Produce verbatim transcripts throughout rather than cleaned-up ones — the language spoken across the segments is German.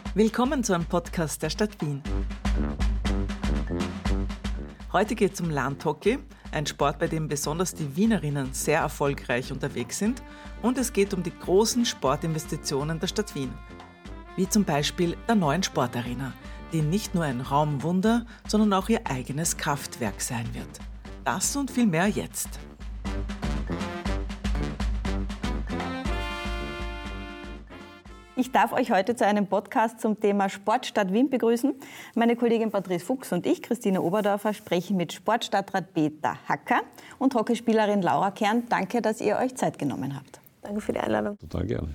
Willkommen zu einem Podcast der Stadt Wien. Heute geht es um Landhockey, ein Sport, bei dem besonders die Wienerinnen sehr erfolgreich unterwegs sind, und es geht um die großen Sportinvestitionen der Stadt Wien, wie zum Beispiel der neuen Sportarena, die nicht nur ein Raumwunder, sondern auch ihr eigenes Kraftwerk sein wird. Das und viel mehr jetzt. Ich darf euch heute zu einem Podcast zum Thema Sportstadt Wien begrüßen. Meine Kollegin Patrice Fuchs und ich, Christine Oberdorfer, sprechen mit Sportstadtrat Peter Hacker und Hockeyspielerin Laura Kern. Danke, dass ihr euch Zeit genommen habt. Danke für die Einladung. Total gerne.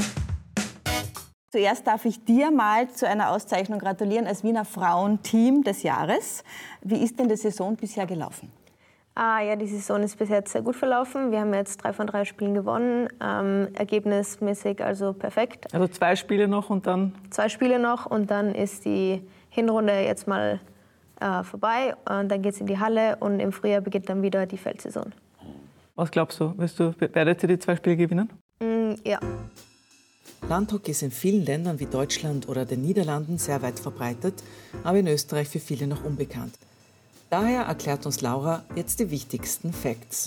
Zuerst darf ich dir mal zu einer Auszeichnung gratulieren als Wiener Frauenteam des Jahres. Wie ist denn die Saison bisher gelaufen? Ah, ja, die Saison ist bis jetzt sehr gut verlaufen. Wir haben jetzt drei von drei Spielen gewonnen. Ähm, ergebnismäßig also perfekt. Also zwei Spiele noch und dann? Zwei Spiele noch und dann ist die Hinrunde jetzt mal äh, vorbei. Und dann geht es in die Halle und im Frühjahr beginnt dann wieder die Feldsaison. Was glaubst du? Wirst du, werdet ihr die zwei Spiele gewinnen? Mm, ja. Landhockey ist in vielen Ländern wie Deutschland oder den Niederlanden sehr weit verbreitet, aber in Österreich für viele noch unbekannt. Daher erklärt uns Laura jetzt die wichtigsten Facts.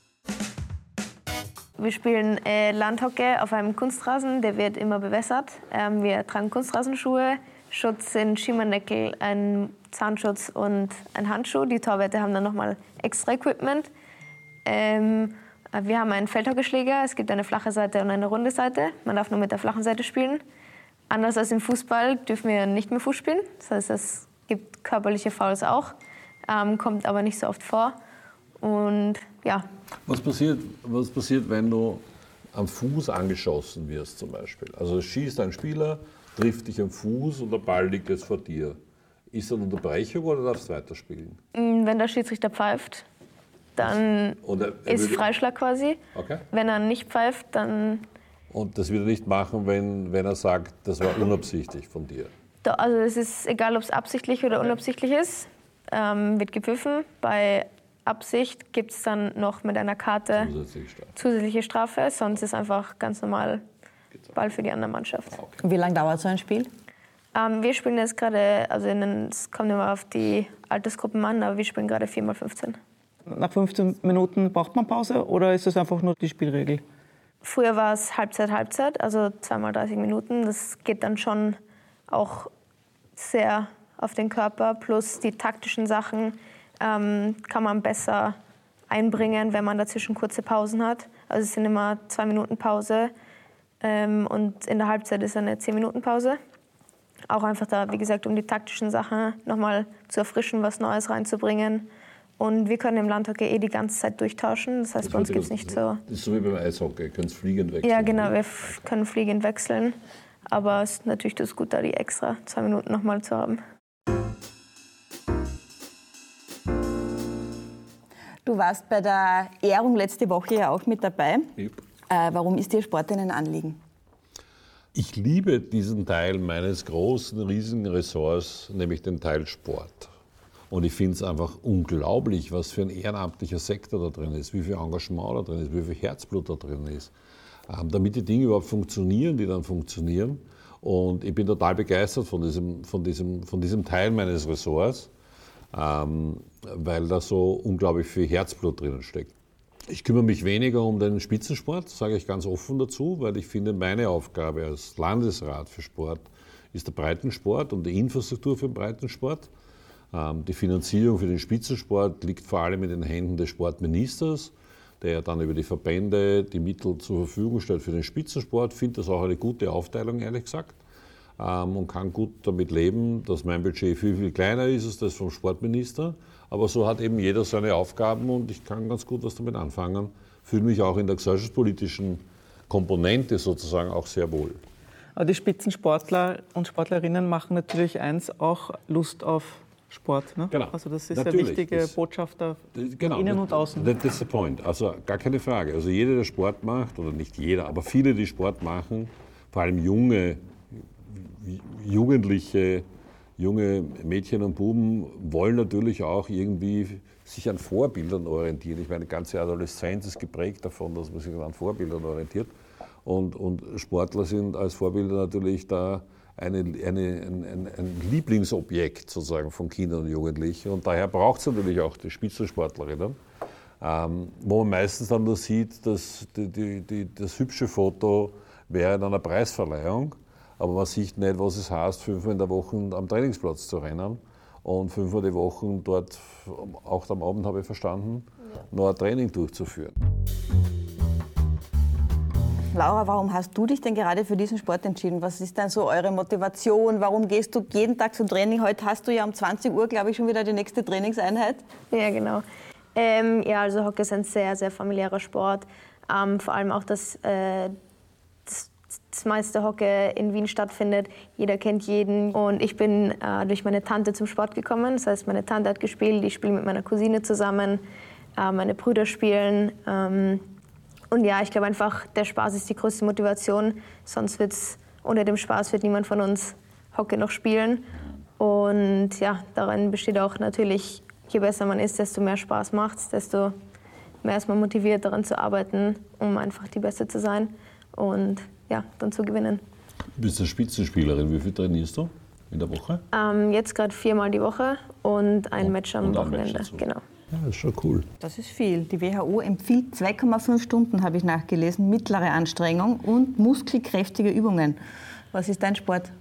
Wir spielen äh, Landhockey auf einem Kunstrasen, der wird immer bewässert. Ähm, wir tragen Kunstrasenschuhe, Schutz sind Schimmerneckel, ein Zahnschutz und ein Handschuh. Die Torwärter haben dann nochmal extra Equipment. Ähm, wir haben einen Feldhockeyschläger, es gibt eine flache Seite und eine runde Seite. Man darf nur mit der flachen Seite spielen. Anders als im Fußball dürfen wir nicht mehr Fuß spielen. Das heißt, es gibt körperliche Fouls auch. Ähm, kommt aber nicht so oft vor. Und ja. Was passiert, was passiert, wenn du am Fuß angeschossen wirst zum Beispiel? Also es schießt ein Spieler, trifft dich am Fuß und der Ball liegt jetzt vor dir. Ist das eine Unterbrechung oder darfst du weiterspielen? Wenn der Schiedsrichter pfeift, dann er, er ist Freischlag quasi. Okay. Wenn er nicht pfeift, dann... Und das wird er nicht machen, wenn, wenn er sagt, das war unabsichtlich von dir? Da, also es ist egal, ob es absichtlich oder unabsichtlich ist. Ähm, wird gepfiffen. Bei Absicht gibt es dann noch mit einer Karte zusätzliche Strafe. zusätzliche Strafe. Sonst ist einfach ganz normal Ball für die andere Mannschaft. Okay. Und wie lange dauert so ein Spiel? Ähm, wir spielen jetzt gerade, also es kommt immer auf die Altersgruppen an, aber wir spielen gerade vier mal fünfzehn. Nach fünfzehn Minuten braucht man Pause oder ist das einfach nur die Spielregel? Früher war es Halbzeit, Halbzeit, also zweimal dreißig Minuten. Das geht dann schon auch sehr auf den Körper, plus die taktischen Sachen ähm, kann man besser einbringen, wenn man dazwischen kurze Pausen hat. Also es sind immer zwei Minuten Pause ähm, und in der Halbzeit ist eine zehn Minuten Pause. Auch einfach da, wie gesagt, um die taktischen Sachen nochmal zu erfrischen, was Neues reinzubringen. Und wir können im Landhockey eh die ganze Zeit durchtauschen. Das heißt, das bei uns gibt es nicht so... Das ist so wie beim Eishockey, ihr könnt fliegend wechseln. Ja, genau, wir f- können fliegend wechseln. Aber es ist natürlich das gut, da die extra zwei Minuten nochmal zu haben. Du warst bei der Ehrung letzte Woche ja auch mit dabei. Yep. Äh, warum ist dir Sport ein Anliegen? Ich liebe diesen Teil meines großen, riesigen Ressorts, nämlich den Teil Sport. Und ich finde es einfach unglaublich, was für ein ehrenamtlicher Sektor da drin ist, wie viel Engagement da drin ist, wie viel Herzblut da drin ist. Ähm, damit die Dinge überhaupt funktionieren, die dann funktionieren. Und ich bin total begeistert von diesem, von diesem, von diesem Teil meines Ressorts. Ähm, weil da so unglaublich viel Herzblut drinnen steckt. Ich kümmere mich weniger um den Spitzensport, sage ich ganz offen dazu, weil ich finde, meine Aufgabe als Landesrat für Sport ist der Breitensport und die Infrastruktur für den Breitensport. Ähm, die Finanzierung für den Spitzensport liegt vor allem in den Händen des Sportministers, der dann über die Verbände die Mittel zur Verfügung stellt für den Spitzensport. Ich finde das auch eine gute Aufteilung, ehrlich gesagt. Und kann gut damit leben, dass mein Budget viel, viel kleiner ist als das vom Sportminister. Aber so hat eben jeder seine Aufgaben und ich kann ganz gut was damit anfangen. Fühle mich auch in der gesellschaftspolitischen Komponente sozusagen auch sehr wohl. Aber die Spitzensportler und Sportlerinnen machen natürlich eins, auch Lust auf Sport. Ne? Genau. Also das ist Natürlich. eine wichtige das, Botschaft da genau, innen und außen. Das ist der Point. Also gar keine Frage. Also jeder, der Sport macht, oder nicht jeder, aber viele, die Sport machen, vor allem junge Jugendliche, junge Mädchen und Buben wollen natürlich auch irgendwie sich an Vorbildern orientieren. Ich meine, die ganze Adoleszenz ist geprägt davon, dass man sich an Vorbildern orientiert. Und, und Sportler sind als Vorbilder natürlich da eine, eine, ein, ein Lieblingsobjekt sozusagen von Kindern und Jugendlichen. Und daher braucht es natürlich auch die Spitzensportlerinnen, ähm, wo man meistens dann nur sieht, dass die, die, die, das hübsche Foto während einer Preisverleihung, aber man sieht nicht, was es heißt, fünfmal in der Woche am Trainingsplatz zu rennen und fünfmal die Woche dort, auch am Abend habe ich verstanden, ja. noch ein Training durchzuführen. Laura, warum hast du dich denn gerade für diesen Sport entschieden? Was ist denn so eure Motivation? Warum gehst du jeden Tag zum Training? Heute hast du ja um zwanzig Uhr, glaube ich, schon wieder die nächste Trainingseinheit. Ja, genau. Ähm, ja, also Hockey ist ein sehr, sehr familiärer Sport. Ähm, vor allem auch, dass äh, das, das meiste Hockey in Wien stattfindet. Jeder kennt jeden. Und ich bin äh, durch meine Tante zum Sport gekommen. Das heißt, meine Tante hat gespielt, ich spiele mit meiner Cousine zusammen. Äh, meine Brüder spielen. Ähm, Und ja, ich glaube einfach, der Spaß ist die größte Motivation. Sonst wird's, ohne dem Spaß wird niemand von uns Hockey noch spielen. Und ja, darin besteht auch natürlich, je besser man ist, desto mehr Spaß macht's, desto mehr ist man motiviert, daran zu arbeiten, um einfach die Beste zu sein und ja, dann zu gewinnen. Du bist eine Spitzenspielerin. Wie viel trainierst du in der Woche? Ähm, jetzt gerade viermal die Woche und ein und, Match am Wochenende. Match genau. Ja, das ist schon cool. Das ist viel. Die W H O empfiehlt zwei Komma fünf Stunden, habe ich nachgelesen, mittlere Anstrengung und muskelkräftige Übungen. Was ist dein Sport?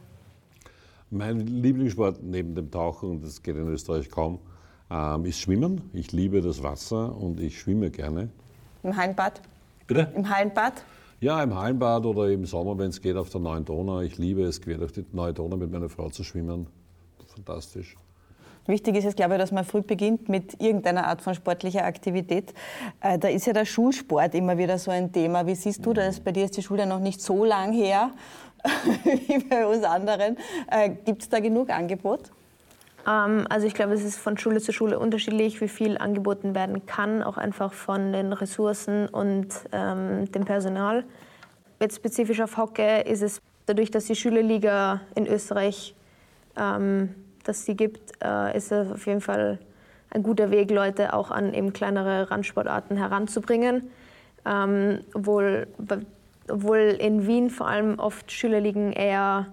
Mein Lieblingssport neben dem Tauchen, das geht in Österreich kaum, ähm, ist Schwimmen. Ich liebe das Wasser und ich schwimme gerne. Im Hallenbad? Bitte? Im Hallenbad? Ja, im Hallenbad oder im Sommer, wenn es geht, auf der Neuen Donau. Ich liebe es, quer durch die Neue Donau mit meiner Frau zu schwimmen. Fantastisch. Wichtig ist es, glaube ich, dass man früh beginnt mit irgendeiner Art von sportlicher Aktivität. Äh, da ist ja der Schulsport immer wieder so ein Thema. Wie siehst du das? Bei dir ist die Schule noch nicht so lang her wie bei uns anderen. Äh, Gibt es da genug Angebot? Ähm, also ich glaube, es ist von Schule zu Schule unterschiedlich, wie viel angeboten werden kann, auch einfach von den Ressourcen und ähm, dem Personal. Jetzt spezifisch auf Hockey ist es dadurch, dass die Schülerliga in Österreich ähm, dass sie gibt, äh, ist es auf jeden Fall ein guter Weg, Leute auch an eben kleinere Randsportarten heranzubringen. Ähm, obwohl, obwohl in Wien vor allem oft Schülerligen eher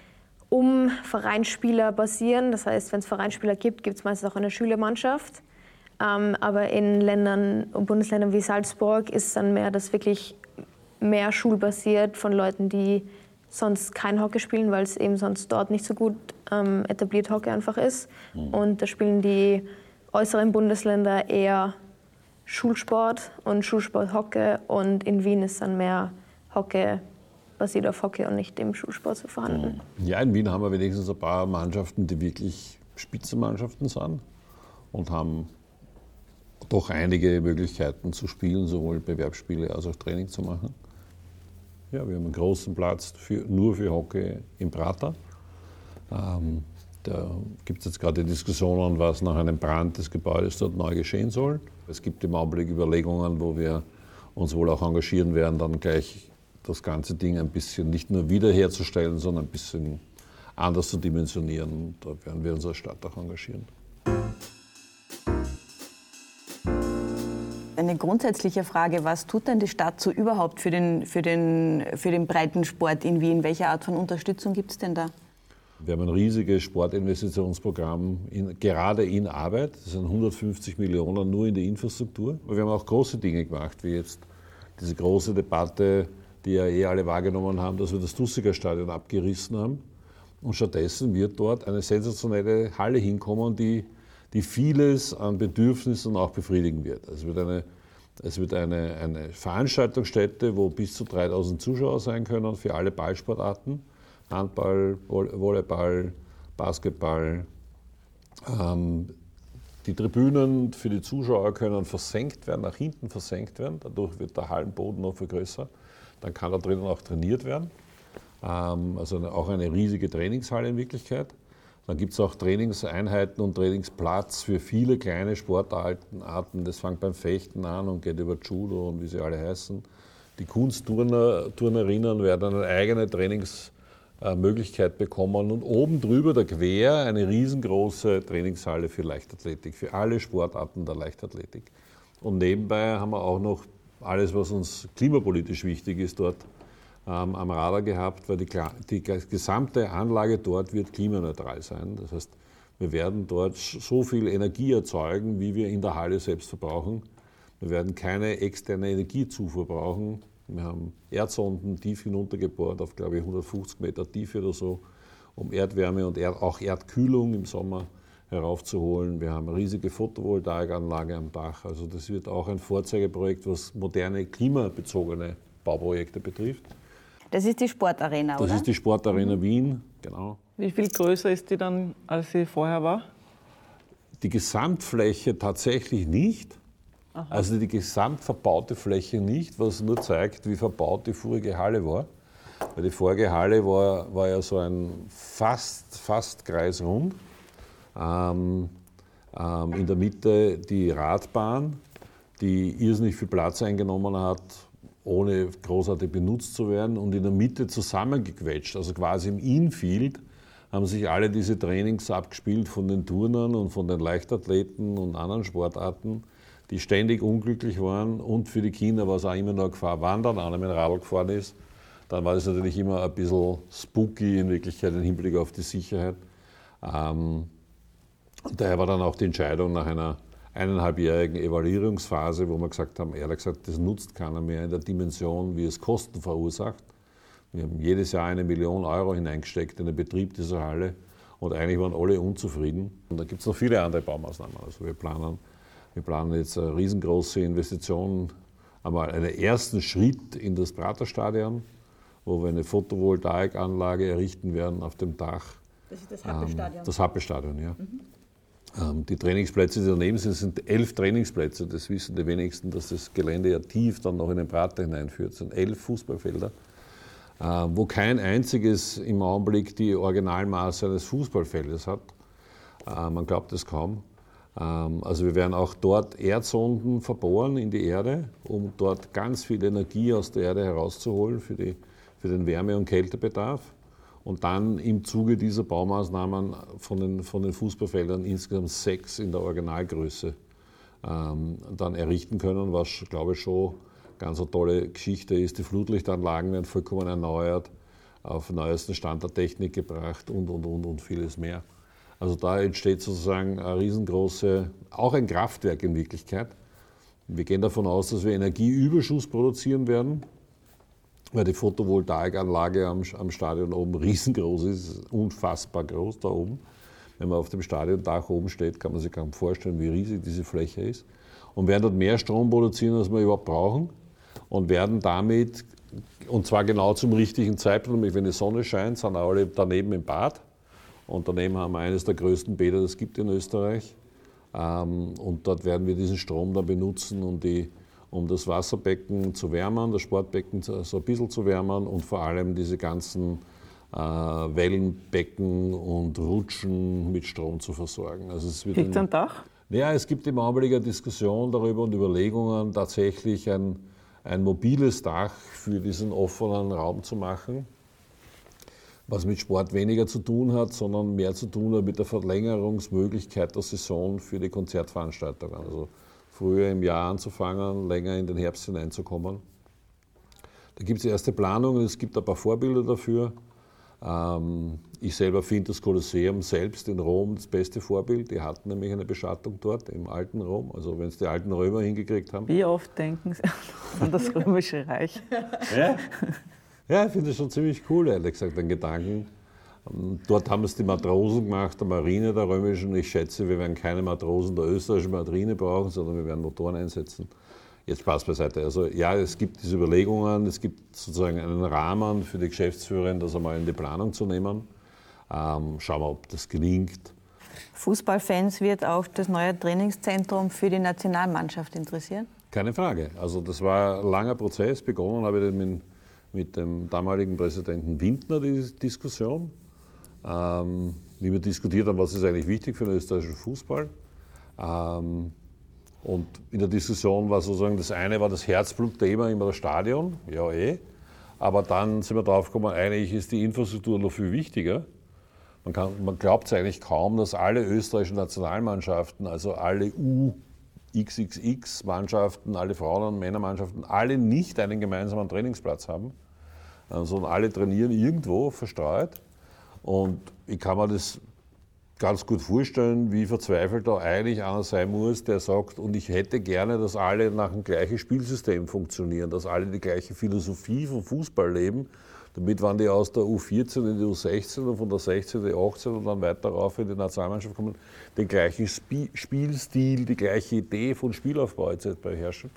um Vereinsspieler basieren. Das heißt, wenn es Vereinsspieler gibt, gibt es meistens auch eine Schülermannschaft. Ähm, aber in Ländern, Bundesländern wie Salzburg ist es dann mehr, das wirklich mehr schulbasiert von Leuten, die sonst kein Hockey spielen, weil es eben sonst dort nicht so gut ähm, etabliert Hockey einfach ist. Mhm. Und da spielen die äußeren Bundesländer eher Schulsport und Schulsport Hockey. Und in Wien ist dann mehr Hockey basiert auf Hockey und nicht dem Schulsport so vorhanden. Ja, in Wien haben wir wenigstens ein paar Mannschaften, die wirklich Spitzenmannschaften sind und haben doch einige Möglichkeiten zu spielen, sowohl Bewerbsspiele als auch Training zu machen. Ja, wir haben einen großen Platz für, nur für Hockey im Prater. Ähm, da gibt es jetzt gerade Diskussionen, was nach einem Brand des Gebäudes dort neu geschehen soll. Es gibt im Augenblick Überlegungen, wo wir uns wohl auch engagieren werden, dann gleich das ganze Ding ein bisschen nicht nur wiederherzustellen, sondern ein bisschen anders zu dimensionieren. Da werden wir uns als Stadt auch engagieren. Eine grundsätzliche Frage, was tut denn die Stadt so überhaupt für den, für den, für den Breitensport in Wien? Welche Art von Unterstützung gibt es denn da? Wir haben ein riesiges Sportinvestitionsprogramm in, gerade in Arbeit. Das sind hundertfünfzig Millionen nur in der Infrastruktur. Aber wir haben auch große Dinge gemacht, wie jetzt diese große Debatte, die ja eh alle wahrgenommen haben, dass wir das Dussiger-Stadion abgerissen haben. Und stattdessen wird dort eine sensationelle Halle hinkommen, die die vieles an Bedürfnissen auch befriedigen wird. Es wird eine, es wird eine, eine Veranstaltungsstätte, wo bis zu dreitausend Zuschauer sein können für alle Ballsportarten. Handball, Volleyball, Basketball. Ähm, die Tribünen für die Zuschauer können versenkt werden, nach hinten versenkt werden. Dadurch wird der Hallenboden noch viel größer. Dann kann da drinnen auch trainiert werden. Ähm, also eine, auch eine riesige Trainingshalle in Wirklichkeit. Dann gibt es auch Trainingseinheiten und Trainingsplatz für viele kleine Sportarten. Das fängt beim Fechten an und geht über Judo und wie sie alle heißen. Die Kunstturnerinnen werden eine eigene Trainingsmöglichkeit bekommen und oben drüber der Quer eine riesengroße Trainingshalle für Leichtathletik, für alle Sportarten der ähm, am Radar gehabt, weil die, die gesamte Anlage dort wird klimaneutral sein. Das heißt, wir werden dort so viel Energie erzeugen, wie wir in der Halle selbst verbrauchen. Wir werden keine externe Energiezufuhr brauchen. Wir haben Erdsonden tief hinuntergebohrt, auf glaube ich hundertfünfzig Meter Tiefe oder so, um Erdwärme und Erd, auch Erdkühlung im Sommer heraufzuholen. Wir haben eine riesige Photovoltaikanlage am Dach. Also das wird auch ein Vorzeigeprojekt, was moderne klimabezogene Bauprojekte betrifft. Das ist die Sportarena, das oder? Das ist die Sportarena mhm. Wien, genau. Wie viel größer ist die dann, als sie vorher war? Die Gesamtfläche tatsächlich nicht. Aha. Also die gesamt verbaute Fläche nicht, was nur zeigt, wie verbaut die vorige Halle war. Weil die vorige Halle war, war ja so ein fast, fast kreisrund. Ähm, ähm, in der Mitte die Radbahn, die irrsinnig viel Platz eingenommen hat, ohne großartig benutzt zu werden, und in der Mitte zusammengequetscht, also quasi im Infield, haben sich alle diese Trainings abgespielt von den Turnern und von den Leichtathleten und anderen Sportarten, die ständig unglücklich waren, und für die Kinder war es auch immer noch eine Gefahr, wann dann einer mit dem Radl gefahren ist. Dann war das natürlich immer ein bisschen spooky in Wirklichkeit im Hinblick auf die Sicherheit. Ähm, und daher war dann auch die Entscheidung nach einer eineinhalbjährigen Evaluierungsphase, wo wir gesagt haben, ehrlich gesagt, das nutzt keiner mehr in der Dimension, wie es Kosten verursacht. Wir haben jedes Jahr eine Million Euro hineingesteckt in den Betrieb dieser Halle, und eigentlich waren alle unzufrieden. Und da gibt es noch viele andere Baumaßnahmen. Also wir planen, wir planen jetzt eine riesengroße Investition, einmal einen ersten Schritt in das Praterstadion, wo wir eine Photovoltaikanlage errichten werden auf dem Dach. Das ist das Happelstadion? Ähm, das Happelstadion, ja. Mhm. Ähm, die Trainingsplätze, die daneben sind, sind elf Trainingsplätze. Das wissen die wenigsten, dass das Gelände ja tief dann noch in den Prater hineinführt. Es sind elf Fußballfelder, äh, wo kein einziges im Augenblick die Originalmaße eines Fußballfeldes hat. Äh, man glaubt es kaum. Ähm, also wir werden auch dort Erdsonden verbohren in die Erde, um dort ganz viel Energie aus der Erde herauszuholen für, die, für den Wärme- und Kältebedarf. Und dann im Zuge dieser Baumaßnahmen von den, von den Fußballfeldern insgesamt sechs in der Originalgröße ähm, dann errichten können, was, glaube ich, schon ganz eine tolle Geschichte ist. Die Flutlichtanlagen werden vollkommen erneuert, auf den neuesten Stand der Technik gebracht und, und, und, und vieles mehr. Also da entsteht sozusagen eine riesengroße, auch ein Kraftwerk in Wirklichkeit. Wir gehen davon aus, dass wir Energieüberschuss produzieren werden, weil die Photovoltaikanlage am, am Stadion oben riesengroß ist, unfassbar groß da oben. Wenn man auf dem Stadiondach oben steht, kann man sich kaum vorstellen, wie riesig diese Fläche ist. Und werden dort mehr Strom produzieren, als wir überhaupt brauchen, und werden damit, und zwar genau zum richtigen Zeitpunkt, nämlich wenn die Sonne scheint, sind alle daneben im Bad. Und daneben haben wir eines der größten Bäder, das es gibt in Österreich. Und dort werden wir diesen Strom dann benutzen, um die um das Wasserbecken zu wärmen, das Sportbecken so ein bisschen zu wärmen, und vor allem diese ganzen äh, Wellenbecken und Rutschen mit Strom zu versorgen. Also es wird Liegt es am Dach? Ja, es gibt im Augenblick eine Diskussion darüber und Überlegungen, tatsächlich ein, ein mobiles Dach für diesen offenen Raum zu machen, was mit Sport weniger zu tun hat, sondern mehr zu tun hat mit der Verlängerungsmöglichkeit der Saison für die Konzertveranstaltungen. Also früher im Jahr anzufangen, länger in den Herbst hineinzukommen. Da gibt es erste Planungen, es gibt ein paar Vorbilder dafür. Ähm, ich selber finde das Kolosseum selbst in Rom das beste Vorbild. Die hatten nämlich eine Bestattung dort im alten Rom, also wenn es die alten Römer hingekriegt haben. Wie oft denken Sie an das Römische Reich? Ja, ja, ich finde das schon ziemlich cool, ehrlich gesagt, den Gedanken. Dort haben es die Matrosen gemacht, der Marine der römischen. Ich schätze, wir werden keine Matrosen der österreichischen Marine brauchen, sondern wir werden Motoren einsetzen. Jetzt Spaß beiseite. Also ja, es gibt diese Überlegungen, es gibt sozusagen einen Rahmen für die Geschäftsführerin, das einmal in die Planung zu nehmen. Ähm, schauen wir, ob das gelingt. Fußballfans wird auch das neue Trainingszentrum für die Nationalmannschaft interessieren? Keine Frage. Also das war ein langer Prozess. Begonnen habe ich mit, mit dem damaligen Präsidenten Windner die Diskussion. Ähm, wie wir diskutiert haben, was ist eigentlich wichtig für den österreichischen Fußball. Ähm, und in der Diskussion war sozusagen, das eine war das Herzblutthema immer das Stadion, ja eh, aber dann sind wir drauf gekommen, eigentlich ist die Infrastruktur noch viel wichtiger. Man, kann, man glaubt es eigentlich kaum, dass alle österreichischen Nationalmannschaften, also alle U X X X-Mannschaften, alle Frauen- und Männermannschaften, alle nicht einen gemeinsamen Trainingsplatz haben. sondern alle trainieren irgendwo verstreut. Und ich kann mir das ganz gut vorstellen, wie verzweifelt da eigentlich einer sein muss, der sagt, und ich hätte gerne, dass alle nach dem gleichen Spielsystem funktionieren, dass alle die gleiche Philosophie vom Fußball leben, damit, wenn die aus der U vierzehn in die U sechzehn und von der sechzehn in die achtzehn und dann weiter rauf in die Nationalmannschaft kommen, den gleichen Spie- Spielstil, die gleiche Idee von Spielaufbau et cetera beherrschen.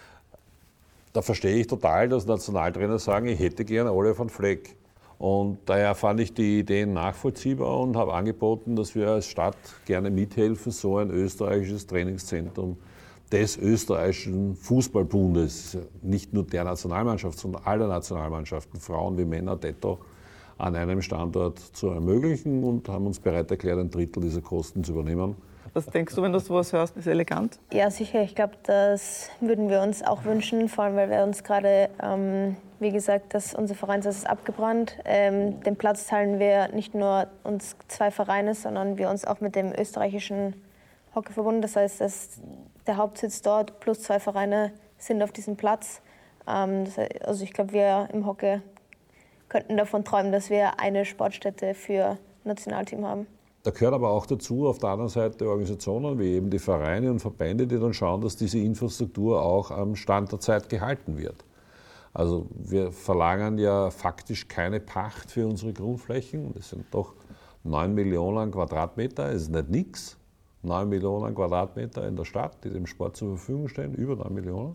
Da verstehe ich total, dass Nationaltrainer sagen, ich hätte gerne alle auf einen Fleck. Und daher fand ich die Ideen nachvollziehbar und habe angeboten, dass wir als Stadt gerne mithelfen, so ein österreichisches Trainingszentrum des österreichischen Fußballbundes, nicht nur der Nationalmannschaft, sondern aller Nationalmannschaften, Frauen wie Männer, detto, an einem Standort zu ermöglichen und haben uns bereit erklärt, ein Drittel dieser Kosten zu übernehmen. Was denkst du, wenn du sowas hörst? Ist elegant? Ja, sicher. Ich glaube, das würden wir uns auch wünschen, vor allem, weil wir uns gerade, ähm, wie gesagt, dass unser Vereinshaus ist abgebrannt. Ähm, den Platz teilen wir nicht nur uns zwei Vereine, sondern wir uns auch mit dem österreichischen Hockeyverbund. Das heißt, dass der Hauptsitz dort plus zwei Vereine sind auf diesem Platz. Ähm, das heißt, also ich glaube, wir im Hockey könnten davon träumen, dass wir eine Sportstätte für Nationalteam haben. Da gehört aber auch dazu, auf der anderen Seite Organisationen wie eben die Vereine und Verbände, die dann schauen, dass diese Infrastruktur auch am Stand der Zeit gehalten wird. Also wir verlangen ja faktisch keine Pacht für unsere Grundflächen. Das sind doch neun Millionen Quadratmeter, das ist nicht nichts. neun Millionen Quadratmeter in der Stadt, die dem Sport zur Verfügung stehen, über neun Millionen.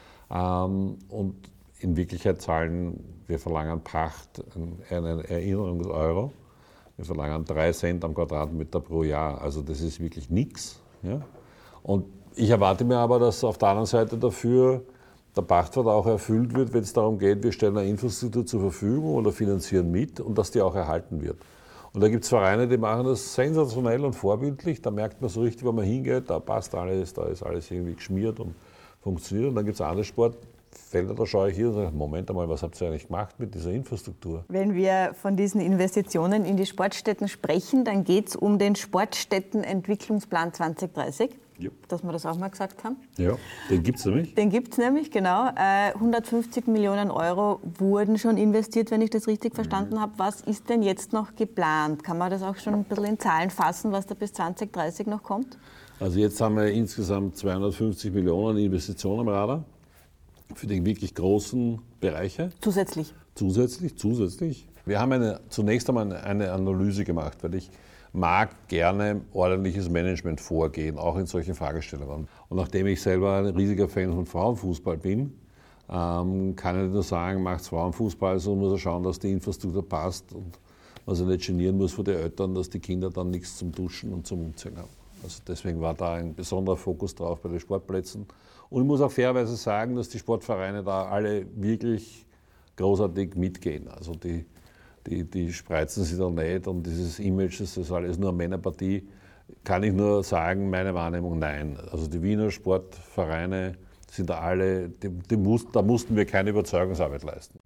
Und in Wirklichkeit zahlen, wir verlangen Pacht, einen Erinnerungseuro. Wir verlangen drei Cent am Quadratmeter pro Jahr. Also das ist wirklich nichts. Ja? Und ich erwarte mir aber, dass auf der anderen Seite dafür der Pachtvertrag auch erfüllt wird, wenn es darum geht, wir stellen eine Infrastruktur zur Verfügung oder finanzieren mit und dass die auch erhalten wird. Und da gibt es Vereine, die machen das sensationell und vorbildlich. Da merkt man so richtig, wenn man hingeht, da passt alles, da ist alles irgendwie geschmiert und funktioniert. Und dann gibt es andere Sportfelder, da schaue ich hier und sage, Moment einmal, was habt ihr eigentlich gemacht mit dieser Infrastruktur? Wenn wir von diesen Investitionen in die Sportstätten sprechen, dann geht es um den Sportstättenentwicklungsplan zwanzig dreißig. Ja. Dass wir das auch mal gesagt haben. Ja, den gibt es nämlich. Den gibt es nämlich, genau. Äh, hundertfünfzig Millionen Euro wurden schon investiert, wenn ich das richtig verstanden mhm. habe. Was ist denn jetzt noch geplant? Kann man das auch schon ein bisschen in Zahlen fassen, was da bis zwanzig dreißig noch kommt? Also jetzt haben wir insgesamt zweihundertfünfzig Millionen Investitionen am Radar für die wirklich großen Bereiche. Zusätzlich? Zusätzlich, zusätzlich. Wir haben eine, zunächst einmal eine Analyse gemacht, weil ich mag gerne ordentliches Management vorgehen, auch in solchen Fragestellungen. Und nachdem ich selber ein riesiger Fan von Frauenfußball bin, ähm, kann ich nur sagen, macht Frauenfußball, so muss er schauen, dass die Infrastruktur passt und man sich nicht genieren muss vor den Eltern, dass die Kinder dann nichts zum Duschen und zum Umziehen haben. Also deswegen war da ein besonderer Fokus drauf bei den Sportplätzen. Und ich muss auch fairerweise sagen, dass die Sportvereine da alle wirklich großartig mitgehen. Also die Die, die spreizen sich da nicht und dieses Image, das ist alles nur eine Männerpartie, kann ich nur sagen, meine Wahrnehmung, nein. Also die Wiener Sportvereine sind da alle, die, die muss, da mussten wir keine Überzeugungsarbeit leisten.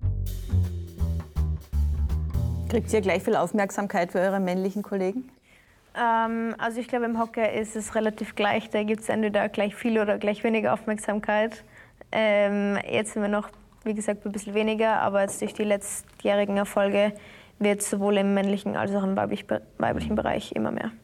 Kriegt ihr gleich viel Aufmerksamkeit für eure männlichen Kollegen? Ähm, also ich glaube, im Hockey ist es relativ gleich, da gibt es entweder gleich viel oder gleich weniger Aufmerksamkeit. Ähm, jetzt sind wir noch, wie gesagt, ein bisschen weniger, aber jetzt durch die letztjährigen Erfolge wird sowohl im männlichen als auch im weiblichen Bereich immer mehr.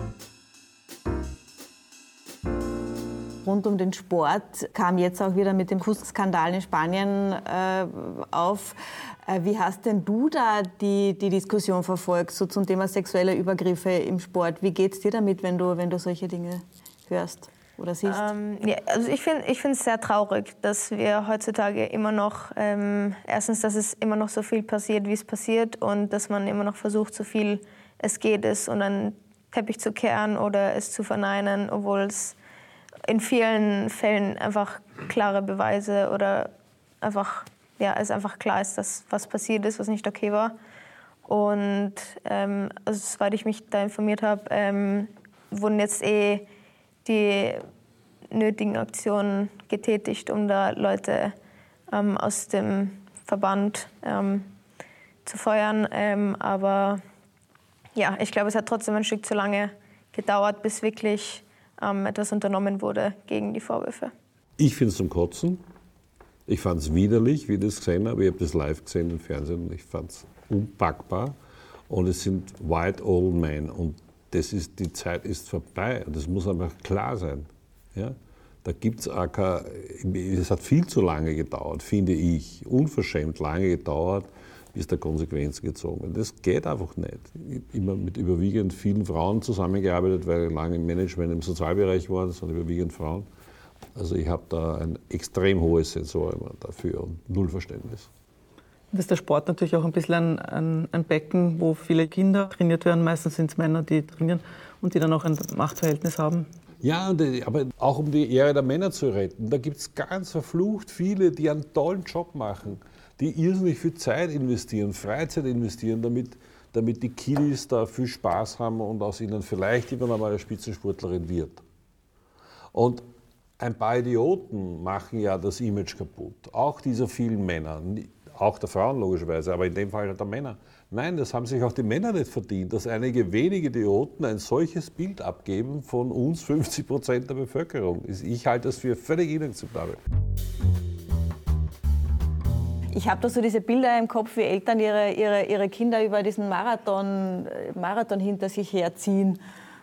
Rund um den Sport kam jetzt auch wieder mit dem Kussskandal in Spanien äh, auf. Äh, wie hast denn du da die, die Diskussion verfolgt, so zum Thema sexuelle Übergriffe im Sport? Wie geht es dir damit, wenn du, wenn du solche Dinge hörst? Oder siehst? Ähm, ja, also ich finde ich finde es sehr traurig, dass wir heutzutage immer noch, ähm, erstens, dass es immer noch so viel passiert, wie es passiert und dass man immer noch versucht, so viel es geht, es unter den Teppich zu kehren oder es zu verneinen, obwohl es in vielen Fällen einfach klare Beweise oder einfach, ja, es einfach klar ist, dass was passiert ist, was nicht okay war. Und ähm, also, soweit ich mich da informiert habe, ähm, wurden jetzt eh die nötigen Aktionen getätigt, um da Leute ähm, aus dem Verband ähm, zu feuern. Ähm, aber ja, ich glaube, es hat trotzdem ein Stück zu lange gedauert, bis wirklich ähm, etwas unternommen wurde gegen die Vorwürfe. Ich finde es zum Kotzen. Ich fand es widerlich, wie ich das gesehen habe. Ich habe das live gesehen im Fernsehen und ich fand es unpackbar. Und es sind white old men und das ist, die Zeit ist vorbei. Und das muss einfach klar sein. Ja? Da gibt es auch kein, es hat viel zu lange gedauert, finde ich, unverschämt lange gedauert, bis da Konsequenzen gezogen werden. Das geht einfach nicht. Ich habe immer mit überwiegend vielen Frauen zusammengearbeitet, weil ich lange im Management im Sozialbereich war, das waren überwiegend Frauen. Also ich habe da ein extrem hohes Sensorium dafür und null Verständnis. Das ist der Sport natürlich auch ein bisschen ein, ein, ein Becken, wo viele Kinder trainiert werden. Meistens sind es Männer, die trainieren und die dann auch ein Machtverhältnis haben. Ja, aber auch um die Ehre der Männer zu retten. Da gibt es ganz verflucht viele, die einen tollen Job machen, die irrsinnig viel Zeit investieren, Freizeit investieren, damit, damit die Kiddies da viel Spaß haben und aus ihnen vielleicht immer noch mal eine Spitzensportlerin wird. Und ein paar Idioten machen ja das Image kaputt. Auch dieser vielen Männer, auch der Frauen logischerweise, aber in dem Fall der Männer. Nein, das haben sich auch die Männer nicht verdient, dass einige wenige Idioten ein solches Bild abgeben von uns fünfzig Prozent der Bevölkerung. Ich halte das für völlig inakzeptabel. Ich habe da so diese Bilder im Kopf, wie Eltern ihre, ihre, ihre Kinder über diesen Marathon, Marathon hinter sich herziehen.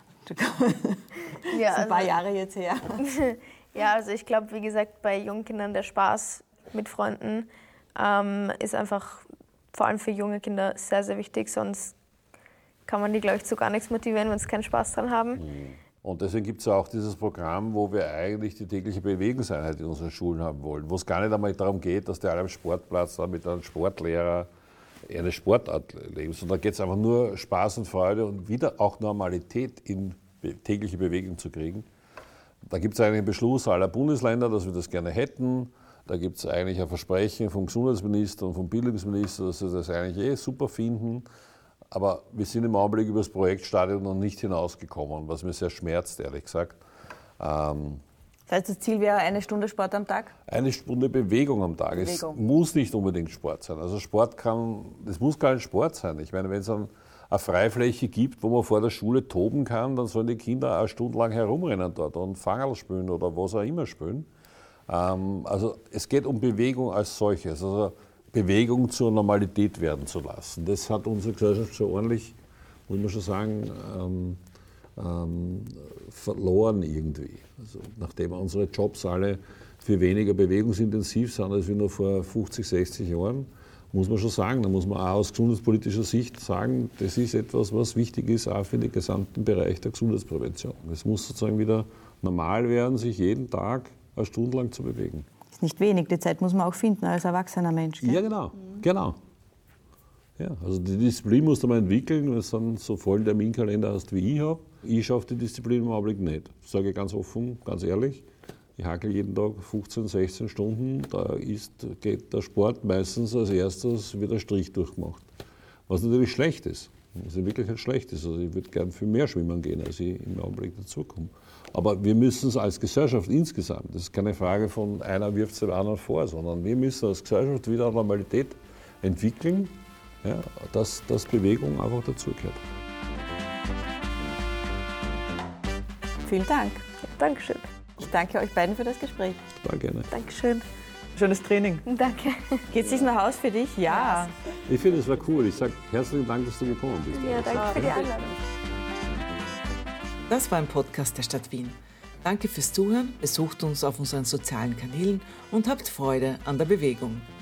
Ja, das ist ein paar Jahre jetzt her. Ja, also ich glaube, wie gesagt, bei jungen Kindern der Spaß mit Freunden ähm, ist einfach vor allem für junge Kinder sehr, sehr wichtig. Sonst kann man die, glaube ich, zu gar nichts motivieren, wenn sie keinen Spaß dran haben. Und deswegen gibt es ja auch dieses Programm, wo wir eigentlich die tägliche Bewegungseinheit in unseren Schulen haben wollen, wo es gar nicht einmal darum geht, dass der alle am Sportplatz da mit einem Sportlehrer eine Sportart leben, sondern da geht es einfach nur Spaß und Freude und wieder auch Normalität in tägliche Bewegung zu kriegen. Da gibt es eigentlich einen Beschluss aller Bundesländer, dass wir das gerne hätten. Da gibt es eigentlich ein Versprechen vom Gesundheitsminister und vom Bildungsminister, dass sie das eigentlich eh super finden. Aber wir sind im Augenblick über das Projektstadium noch nicht hinausgekommen, was mir sehr schmerzt, ehrlich gesagt. Ähm, das heißt, das Ziel wäre eine Stunde Sport am Tag? Eine Stunde Bewegung am Tag. Bewegung. Es muss nicht unbedingt Sport sein. Also Sport kann, es muss gar nicht Sport sein. Ich meine, wenn es ein, eine Freifläche gibt, wo man vor der Schule toben kann, dann sollen die Kinder eine Stunde lang herumrennen dort und Fangerl spielen oder was auch immer spielen. Ähm, also es geht um Bewegung als solches. Also Bewegung zur Normalität werden zu lassen. Das hat unsere Gesellschaft schon ordentlich, muss man schon sagen, ähm, ähm, verloren irgendwie. Also, nachdem unsere Jobs alle viel weniger bewegungsintensiv sind als wir noch vor fünfzig, sechzig Jahren, muss man schon sagen, da muss man auch aus gesundheitspolitischer Sicht sagen, das ist etwas, was wichtig ist, auch für den gesamten Bereich der Gesundheitsprävention. Es muss sozusagen wieder normal werden, sich jeden Tag eine Stunde lang zu bewegen. Nicht wenig, die Zeit muss man auch finden als erwachsener Mensch. Gell? Ja, genau, mhm. genau. Ja, also die Disziplin musst du mal entwickeln, wenn du dann so vollen Terminkalender hast, wie ich habe. Ich schaffe die Disziplin im Augenblick nicht. Das sage ich ganz offen, ganz ehrlich. Ich hackel jeden Tag fünfzehn, sechzehn Stunden, da ist, geht der Sport meistens als erstes wird ein Strich durchgemacht. Was natürlich schlecht ist, was in Wirklichkeit schlecht ist. Also ich würde gern viel mehr schwimmen gehen, als ich im Augenblick dazukomme. Aber wir müssen es als Gesellschaft insgesamt, das ist keine Frage von einer wirft es dem anderen vor, sondern wir müssen als Gesellschaft wieder eine Normalität entwickeln, ja, dass, dass Bewegung einfach dazugehört. Vielen Dank. Dankeschön. Ich danke euch beiden für das Gespräch. Sehr gerne. Dankeschön. Schönes Training. Danke. Geht's sich nach Haus für dich? Ja. Ich finde, es war cool. Ich sage herzlichen Dank, dass du gekommen bist. Ja, danke für die Einladung. Das war ein Podcast der Stadt Wien. Danke fürs Zuhören, besucht uns auf unseren sozialen Kanälen und habt Freude an der Bewegung.